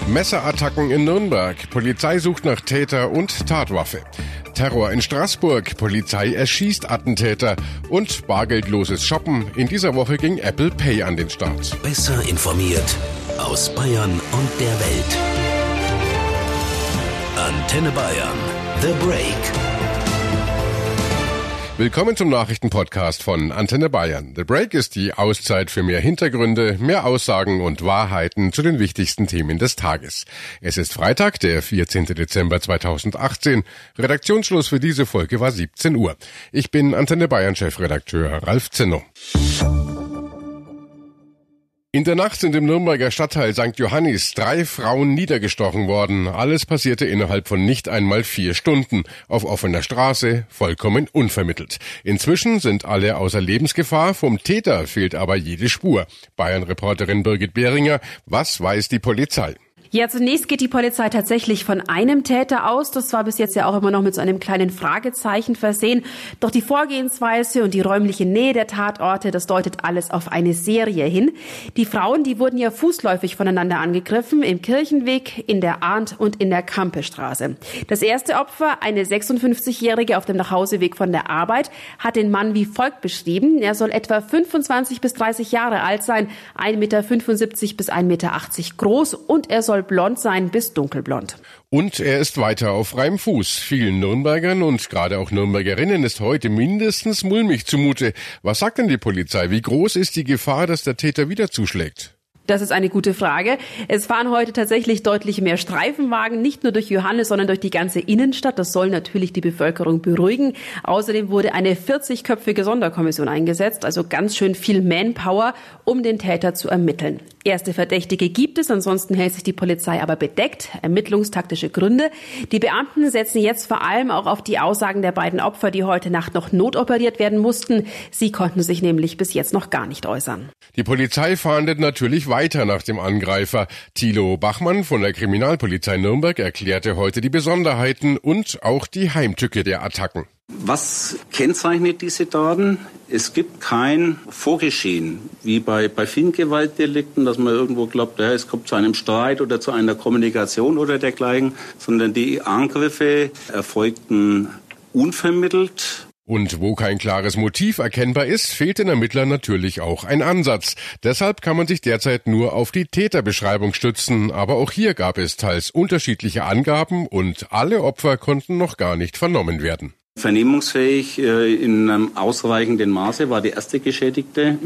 Messerattacken in Nürnberg. Polizei sucht nach Täter und Tatwaffe. Terror in Straßburg. Polizei erschießt Attentäter. Und bargeldloses Shoppen. In dieser Woche ging Apple Pay an den Start. Besser informiert aus Bayern und der Welt. Antenne Bayern. The Break. Willkommen zum Nachrichtenpodcast von Antenne Bayern. The Break ist die Auszeit für mehr Hintergründe, mehr Aussagen und Wahrheiten zu den wichtigsten Themen des Tages. Es ist Freitag, der 14. Dezember 2018. Redaktionsschluss für diese Folge war 17 Uhr. Ich bin Antenne Bayern Chefredakteur Ralf Zinno. In der Nacht sind im Nürnberger Stadtteil St. Johannis 3 Frauen niedergestochen worden. Alles passierte innerhalb von nicht einmal 4 Stunden. Auf offener Straße, vollkommen unvermittelt. Inzwischen sind alle außer Lebensgefahr. Vom Täter fehlt aber jede Spur. Bayern-Reporterin Birgit Behringer, was weiß die Polizei? Ja, zunächst geht die Polizei tatsächlich von einem Täter aus. Das war bis jetzt ja auch immer noch mit so einem kleinen Fragezeichen versehen. Doch die Vorgehensweise und die räumliche Nähe der Tatorte, das deutet alles auf eine Serie hin. Die Frauen, die wurden ja fußläufig voneinander angegriffen, im Kirchenweg, in der Arndt und in der Kampestraße. Das erste Opfer, eine 56-Jährige auf dem Nachhauseweg von der Arbeit, hat den Mann wie folgt beschrieben. Er soll etwa 25 bis 30 Jahre alt sein, 1,75 Meter bis 1,80 Meter groß und er soll blond sein bis dunkelblond. Und er ist weiter auf freiem Fuß. Vielen Nürnbergern und gerade auch Nürnbergerinnen ist heute mindestens mulmig zumute. Was sagt denn die Polizei? Wie groß ist die Gefahr, dass der Täter wieder zuschlägt? Das ist eine gute Frage. Es fahren heute tatsächlich deutlich mehr Streifenwagen, nicht nur durch Johannes, sondern durch die ganze Innenstadt. Das soll natürlich die Bevölkerung beruhigen. Außerdem wurde eine 40-köpfige Sonderkommission eingesetzt, also ganz schön viel Manpower, um den Täter zu ermitteln. Erste Verdächtige gibt es, ansonsten hält sich die Polizei aber bedeckt. Ermittlungstaktische Gründe. Die Beamten setzen jetzt vor allem auch auf die Aussagen der beiden Opfer, die heute Nacht noch notoperiert werden mussten. Sie konnten sich nämlich bis jetzt noch gar nicht äußern. Die Polizei fahndet natürlich weiter nach dem Angreifer. Thilo Bachmann von der Kriminalpolizei Nürnberg erklärte heute die Besonderheiten und auch die Heimtücke der Attacken. Was kennzeichnet diese Daten? Es gibt kein Vorgeschehen, wie bei vielen Gewaltdelikten, dass man irgendwo glaubt, ja, es kommt zu einem Streit oder zu einer Kommunikation oder dergleichen, sondern die Angriffe erfolgten unvermittelt. Und wo kein klares Motiv erkennbar ist, fehlt den Ermittlern natürlich auch ein Ansatz. Deshalb kann man sich derzeit nur auf die Täterbeschreibung stützen. Aber auch hier gab es teils unterschiedliche Angaben und alle Opfer konnten noch gar nicht vernommen werden. Vernehmungsfähig in einem ausreichenden Maße war die erste Geschädigte,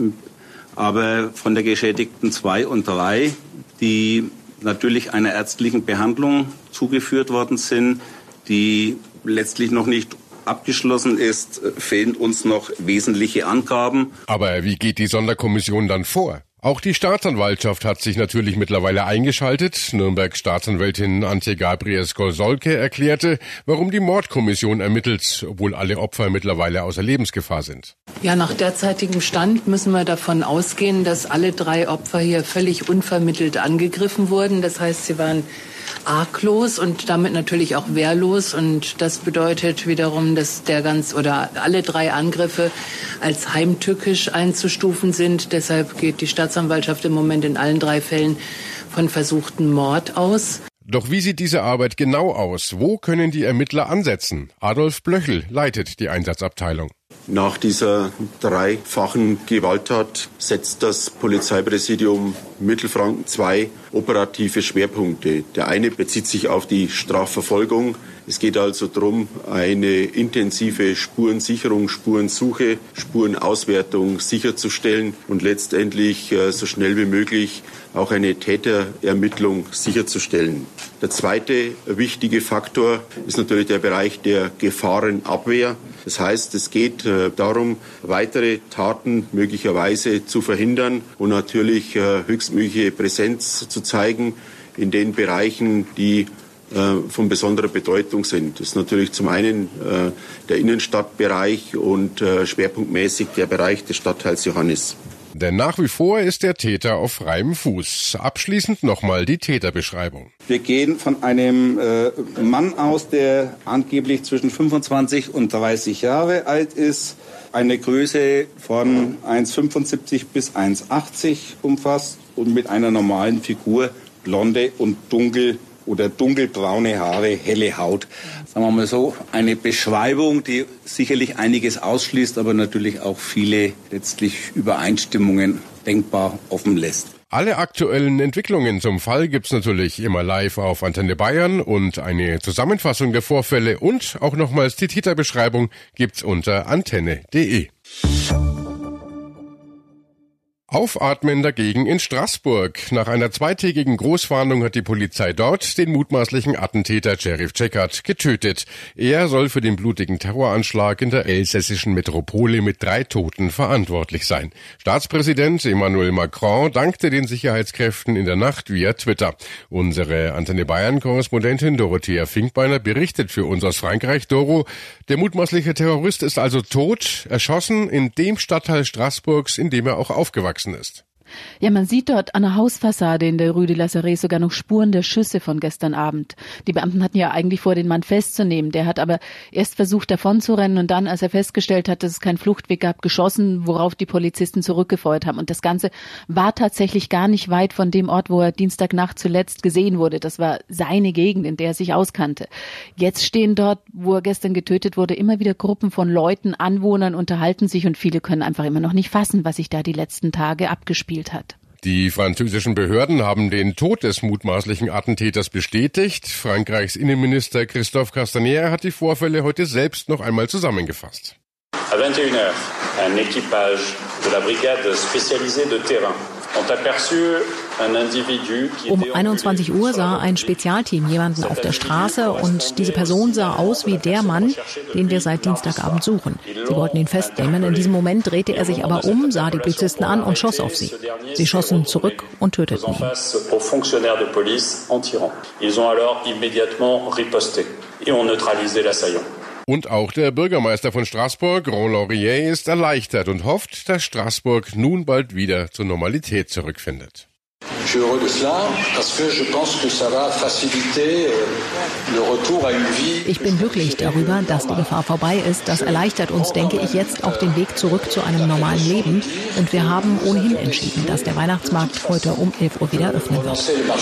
aber von der Geschädigten 2 und 3, die natürlich einer ärztlichen Behandlung zugeführt worden sind, die letztlich noch nicht abgeschlossen ist, fehlen uns noch wesentliche Angaben. Aber wie geht die Sonderkommission dann vor? Auch die Staatsanwaltschaft hat sich natürlich mittlerweile eingeschaltet. Nürnbergs Staatsanwältin Antje Gabriel-Skolsolke erklärte, warum die Mordkommission ermittelt, obwohl alle Opfer mittlerweile außer Lebensgefahr sind. Ja, nach derzeitigem Stand müssen wir davon ausgehen, dass alle 3 Opfer hier völlig unvermittelt angegriffen wurden. Das heißt, sie waren arglos und damit natürlich auch wehrlos. Und das bedeutet wiederum, dass alle 3 Angriffe als heimtückisch einzustufen sind. Deshalb geht die Staatsanwaltschaft im Moment in allen 3 Fällen von versuchten Mord aus. Doch wie sieht diese Arbeit genau aus? Wo können die Ermittler ansetzen? Adolf Blöchel leitet die Einsatzabteilung. Nach dieser 3-fachen Gewalttat setzt das Polizeipräsidium Mittelfranken 2 operative Schwerpunkte. Der eine bezieht sich auf die Strafverfolgung. Es geht also darum, eine intensive Spurensicherung, Spurensuche, Spurenauswertung sicherzustellen und letztendlich so schnell wie möglich auch eine Täterermittlung sicherzustellen. Der zweite wichtige Faktor ist natürlich der Bereich der Gefahrenabwehr. Das heißt, es geht darum, weitere Taten möglicherweise zu verhindern und natürlich höchstmögliche Präsenz zu zeigen in den Bereichen, die von besonderer Bedeutung sind. Das ist natürlich zum einen der Innenstadtbereich und schwerpunktmäßig der Bereich des Stadtteils Johannis. Denn nach wie vor ist der Täter auf freiem Fuß. Abschließend nochmal die Täterbeschreibung. Wir gehen von einem Mann aus, der angeblich zwischen 25 und 30 Jahre alt ist, eine Größe von 1,75 bis 1,80 umfasst und mit einer normalen Figur blonde und dunkelbraune Haare, helle Haut. Sagen wir mal so, eine Beschreibung, die sicherlich einiges ausschließt, aber natürlich auch viele letztlich Übereinstimmungen denkbar offen lässt. Alle aktuellen Entwicklungen zum Fall gibt's natürlich immer live auf Antenne Bayern und eine Zusammenfassung der Vorfälle und auch nochmals die Titelbeschreibung gibt's unter antenne.de. Aufatmen dagegen in Straßburg. Nach einer zweitägigen Großfahndung hat die Polizei dort den mutmaßlichen Attentäter Cerif Cekat getötet. Er soll für den blutigen Terroranschlag in der elsässischen Metropole mit 3 Toten verantwortlich sein. Staatspräsident Emmanuel Macron dankte den Sicherheitskräften in der Nacht via Twitter. Unsere Antenne Bayern-Korrespondentin Dorothea Finkbeiner berichtet für uns aus Frankreich. Doro, der mutmaßliche Terrorist ist also tot, erschossen in dem Stadtteil Straßburgs, in dem er auch aufgewachsen ist. Ja, man sieht dort an der Hausfassade in der Rue de la Serre sogar noch Spuren der Schüsse von gestern Abend. Die Beamten hatten ja eigentlich vor, den Mann festzunehmen. Der hat aber erst versucht, davon zu rennen und dann, als er festgestellt hat, dass es keinen Fluchtweg gab, geschossen, worauf die Polizisten zurückgefeuert haben. Und das Ganze war tatsächlich gar nicht weit von dem Ort, wo er Dienstagnacht zuletzt gesehen wurde. Das war seine Gegend, in der er sich auskannte. Jetzt stehen dort, wo er gestern getötet wurde, immer wieder Gruppen von Leuten, Anwohnern, unterhalten sich und viele können einfach immer noch nicht fassen, was sich da die letzten Tage abgespielt hat. Die französischen Behörden haben den Tod des mutmaßlichen Attentäters bestätigt. Frankreichs Innenminister Christophe Castaner hat die Vorfälle heute selbst noch einmal zusammengefasst. À 21h, un équipage de la brigade spécialisée de terrain ont aperçu un individu qui Um 21 Uhr sah ein Spezialteam jemanden auf der Straße und diese Person sah aus wie der Mann, den wir seit Dienstagabend suchen. Sie wollten ihn festnehmen. In diesem Moment drehte er sich aber um, sah die Polizisten an und schoss auf sie. Sie schossen zurück und töteten ihn. Ils ont alors immédiatement riposté et ont neutralisé l'assaillant. Und auch der Bürgermeister von Straßburg, Ron Laurier, ist erleichtert und hofft, dass Straßburg nun bald wieder zur Normalität zurückfindet. Ich bin glücklich darüber, dass die Gefahr vorbei ist. Das erleichtert uns, denke ich, jetzt auch den Weg zurück zu einem normalen Leben. Und wir haben ohnehin entschieden, dass der Weihnachtsmarkt heute um 11 Uhr wieder öffnen wird.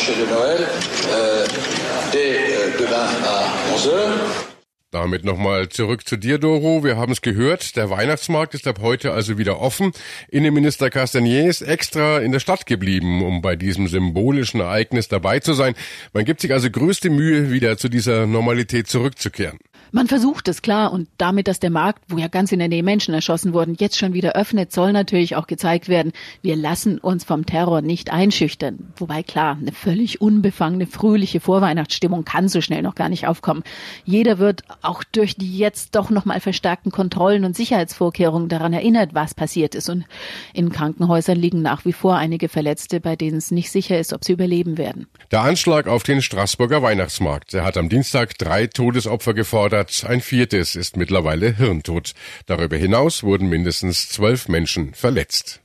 Damit nochmal zurück zu dir, Doro. Wir haben es gehört, der Weihnachtsmarkt ist ab heute also wieder offen. Innenminister Castaner ist extra in der Stadt geblieben, um bei diesem symbolischen Ereignis dabei zu sein. Man gibt sich also größte Mühe, wieder zu dieser Normalität zurückzukehren. Man versucht es, klar, und damit, dass der Markt, wo ja ganz in der Nähe Menschen erschossen wurden, jetzt schon wieder öffnet, soll natürlich auch gezeigt werden, wir lassen uns vom Terror nicht einschüchtern. Wobei, klar, eine völlig unbefangene, fröhliche Vorweihnachtsstimmung kann so schnell noch gar nicht aufkommen. Jeder wird auch durch die jetzt doch nochmal verstärkten Kontrollen und Sicherheitsvorkehrungen daran erinnert, was passiert ist. Und in Krankenhäusern liegen nach wie vor einige Verletzte, bei denen es nicht sicher ist, ob sie überleben werden. Der Anschlag auf den Straßburger Weihnachtsmarkt, der hat am Dienstag 3 Todesopfer gefordert. Ein 4. ist mittlerweile hirntot. Darüber hinaus wurden mindestens 12 Menschen verletzt.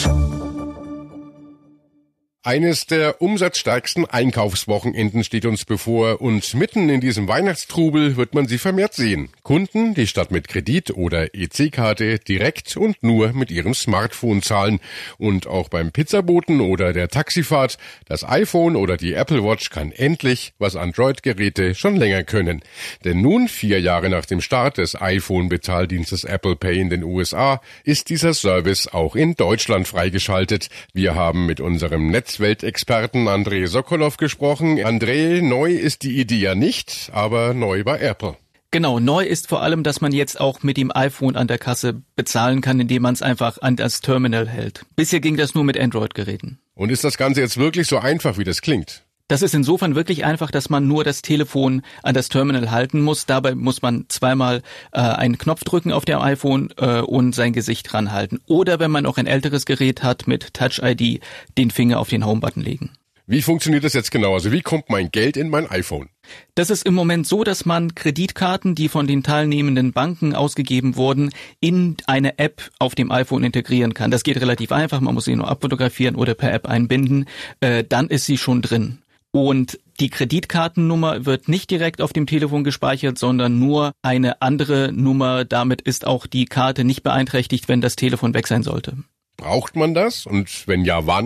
Eines der umsatzstärksten Einkaufswochenenden steht uns bevor und mitten in diesem Weihnachtstrubel wird man sie vermehrt sehen. Kunden, die statt mit Kredit oder EC-Karte direkt und nur mit ihrem Smartphone zahlen. Und auch beim Pizzaboten oder der Taxifahrt, das iPhone oder die Apple Watch kann endlich, was Android-Geräte schon länger können. Denn nun, 4 Jahre nach dem Start des iPhone-Bezahldienstes Apple Pay in den USA, ist dieser Service auch in Deutschland freigeschaltet. Wir haben mit unserem Netzweltexperten Andrei Sokolow gesprochen. Andrei, neu ist die Idee ja nicht, aber neu bei Apple. Genau, neu ist vor allem, dass man jetzt auch mit dem iPhone an der Kasse bezahlen kann, indem man es einfach an das Terminal hält. Bisher ging das nur mit Android-Geräten. Und ist das Ganze jetzt wirklich so einfach, wie das klingt? Das ist insofern wirklich einfach, dass man nur das Telefon an das Terminal halten muss. Dabei muss man zweimal einen Knopf drücken auf dem iPhone und sein Gesicht dran halten. Oder wenn man auch ein älteres Gerät hat mit Touch-ID, den Finger auf den Home-Button legen. Wie funktioniert das jetzt genau? Also wie kommt mein Geld in mein iPhone? Das ist im Moment so, dass man Kreditkarten, die von den teilnehmenden Banken ausgegeben wurden, in eine App auf dem iPhone integrieren kann. Das geht relativ einfach, man muss sie nur abfotografieren oder per App einbinden. Dann ist sie schon drin. Und die Kreditkartennummer wird nicht direkt auf dem Telefon gespeichert, sondern nur eine andere Nummer. Damit ist auch die Karte nicht beeinträchtigt, wenn das Telefon weg sein sollte. Braucht man das? Und wenn ja, wann?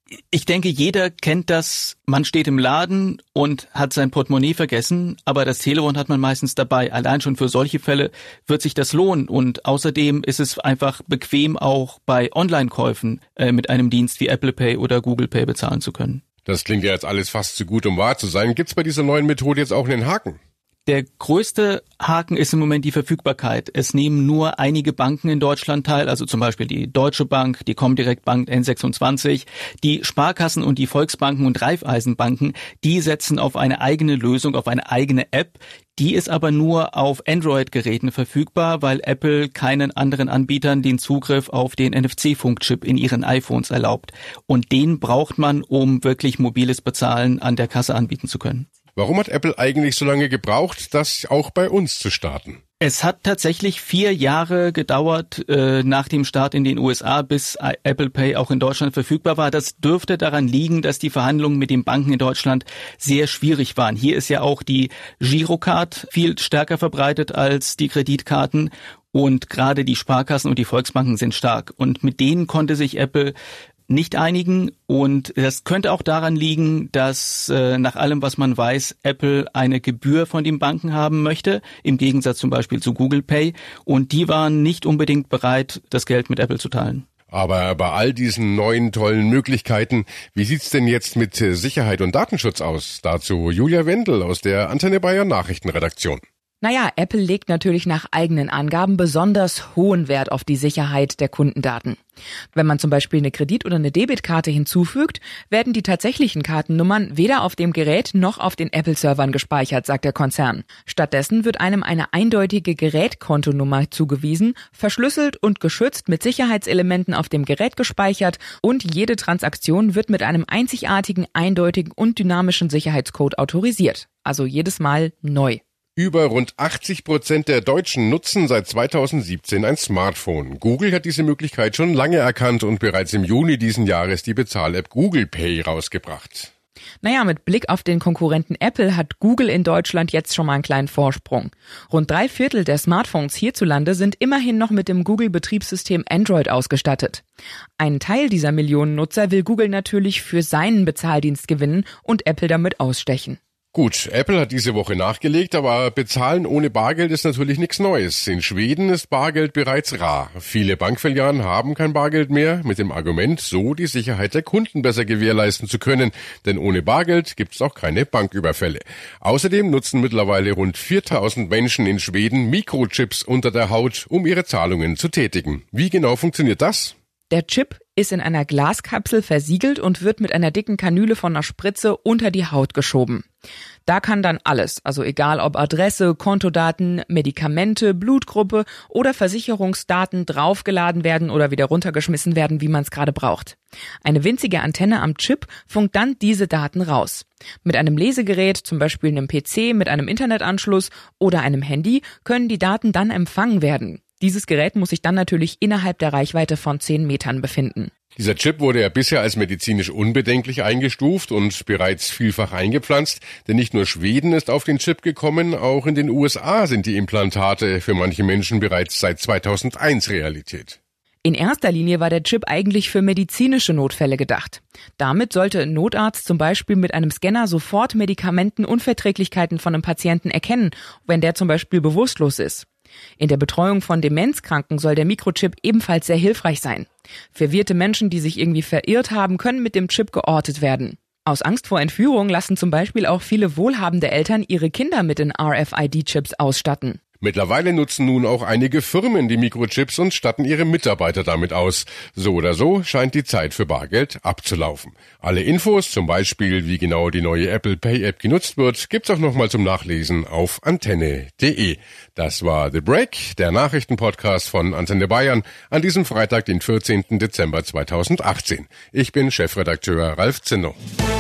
Ich denke, jeder kennt das. Man steht im Laden und hat sein Portemonnaie vergessen, aber das Telefon hat man meistens dabei. Allein schon für solche Fälle wird sich das lohnen. Und außerdem ist es einfach bequem, auch bei Online-Käufen mit einem Dienst wie Apple Pay oder Google Pay bezahlen zu können. Das klingt ja jetzt alles fast zu gut, um wahr zu sein. Gibt's bei dieser neuen Methode jetzt auch einen Haken? Der größte Haken ist im Moment die Verfügbarkeit. Es nehmen nur einige Banken in Deutschland teil, also zum Beispiel die Deutsche Bank, die Comdirect Bank, N26, die Sparkassen und die Volksbanken und Raiffeisenbanken, die setzen auf eine eigene Lösung, auf eine eigene App. Die ist aber nur auf Android-Geräten verfügbar, weil Apple keinen anderen Anbietern den Zugriff auf den NFC-Funkchip in ihren iPhones erlaubt. Und den braucht man, um wirklich mobiles Bezahlen an der Kasse anbieten zu können. Warum hat Apple eigentlich so lange gebraucht, das auch bei uns zu starten? Es hat tatsächlich 4 Jahre gedauert nach dem Start in den USA, bis Apple Pay auch in Deutschland verfügbar war. Das dürfte daran liegen, dass die Verhandlungen mit den Banken in Deutschland sehr schwierig waren. Hier ist ja auch die Girocard viel stärker verbreitet als die Kreditkarten. Und gerade die Sparkassen und die Volksbanken sind stark. Und mit denen konnte sich Apple nicht einigen, und das könnte auch daran liegen, dass nach allem, was man weiß, Apple eine Gebühr von den Banken haben möchte, im Gegensatz zum Beispiel zu Google Pay, und die waren nicht unbedingt bereit, das Geld mit Apple zu teilen. Aber bei all diesen neuen tollen Möglichkeiten, wie sieht's denn jetzt mit Sicherheit und Datenschutz aus? Dazu Julia Wendel aus der Antenne Bayern Nachrichtenredaktion. Naja, Apple legt natürlich nach eigenen Angaben besonders hohen Wert auf die Sicherheit der Kundendaten. Wenn man zum Beispiel eine Kredit- oder eine Debitkarte hinzufügt, werden die tatsächlichen Kartennummern weder auf dem Gerät noch auf den Apple-Servern gespeichert, sagt der Konzern. Stattdessen wird einem eine eindeutige Gerätkontonummer zugewiesen, verschlüsselt und geschützt mit Sicherheitselementen auf dem Gerät gespeichert, und jede Transaktion wird mit einem einzigartigen, eindeutigen und dynamischen Sicherheitscode autorisiert. Also jedes Mal neu. Über rund 80% der Deutschen nutzen seit 2017 ein Smartphone. Google hat diese Möglichkeit schon lange erkannt und bereits im Juni diesen Jahres die Bezahl-App Google Pay rausgebracht. Naja, mit Blick auf den Konkurrenten Apple hat Google in Deutschland jetzt schon mal einen kleinen Vorsprung. Rund 3/4 der Smartphones hierzulande sind immerhin noch mit dem Google-Betriebssystem Android ausgestattet. Einen Teil dieser Millionen Nutzer will Google natürlich für seinen Bezahldienst gewinnen und Apple damit ausstechen. Gut, Apple hat diese Woche nachgelegt, aber bezahlen ohne Bargeld ist natürlich nichts Neues. In Schweden ist Bargeld bereits rar. Viele Bankfilialen haben kein Bargeld mehr, mit dem Argument, so die Sicherheit der Kunden besser gewährleisten zu können. Denn ohne Bargeld gibt's auch keine Banküberfälle. Außerdem nutzen mittlerweile rund 4.000 Menschen in Schweden Mikrochips unter der Haut, um ihre Zahlungen zu tätigen. Wie genau funktioniert das? Der Chip ist in einer Glaskapsel versiegelt und wird mit einer dicken Kanüle von einer Spritze unter die Haut geschoben. Da kann dann alles, also egal ob Adresse, Kontodaten, Medikamente, Blutgruppe oder Versicherungsdaten draufgeladen werden oder wieder runtergeschmissen werden, wie man es gerade braucht. Eine winzige Antenne am Chip funkt dann diese Daten raus. Mit einem Lesegerät, zum Beispiel einem PC mit einem Internetanschluss oder einem Handy, können die Daten dann empfangen werden. Dieses Gerät muss sich dann natürlich innerhalb der Reichweite von 10 Metern befinden. Dieser Chip wurde ja bisher als medizinisch unbedenklich eingestuft und bereits vielfach eingepflanzt, denn nicht nur Schweden ist auf den Chip gekommen, auch in den USA sind die Implantate für manche Menschen bereits seit 2001 Realität. In erster Linie war der Chip eigentlich für medizinische Notfälle gedacht. Damit sollte ein Notarzt zum Beispiel mit einem Scanner sofort Medikamentenunverträglichkeiten von einem Patienten erkennen, wenn der zum Beispiel bewusstlos ist. In der Betreuung von Demenzkranken soll der Mikrochip ebenfalls sehr hilfreich sein. Verwirrte Menschen, die sich irgendwie verirrt haben, können mit dem Chip geortet werden. Aus Angst vor Entführung lassen zum Beispiel auch viele wohlhabende Eltern ihre Kinder mit den RFID-Chips ausstatten. Mittlerweile nutzen nun auch einige Firmen die Mikrochips und statten ihre Mitarbeiter damit aus. So oder so scheint die Zeit für Bargeld abzulaufen. Alle Infos, zum Beispiel wie genau die neue Apple Pay App genutzt wird, gibt's auch nochmal zum Nachlesen auf antenne.de. Das war The Break, der Nachrichtenpodcast von Antenne Bayern an diesem Freitag, den 14. Dezember 2018. Ich bin Chefredakteur Ralf Zinno.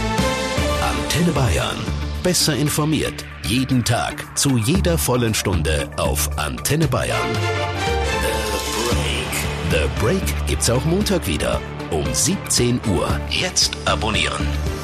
Antenne Bayern. Besser informiert. Jeden Tag. Zu jeder vollen Stunde auf Antenne Bayern. The Break gibt's auch Montag wieder. Um 17 Uhr. Jetzt abonnieren.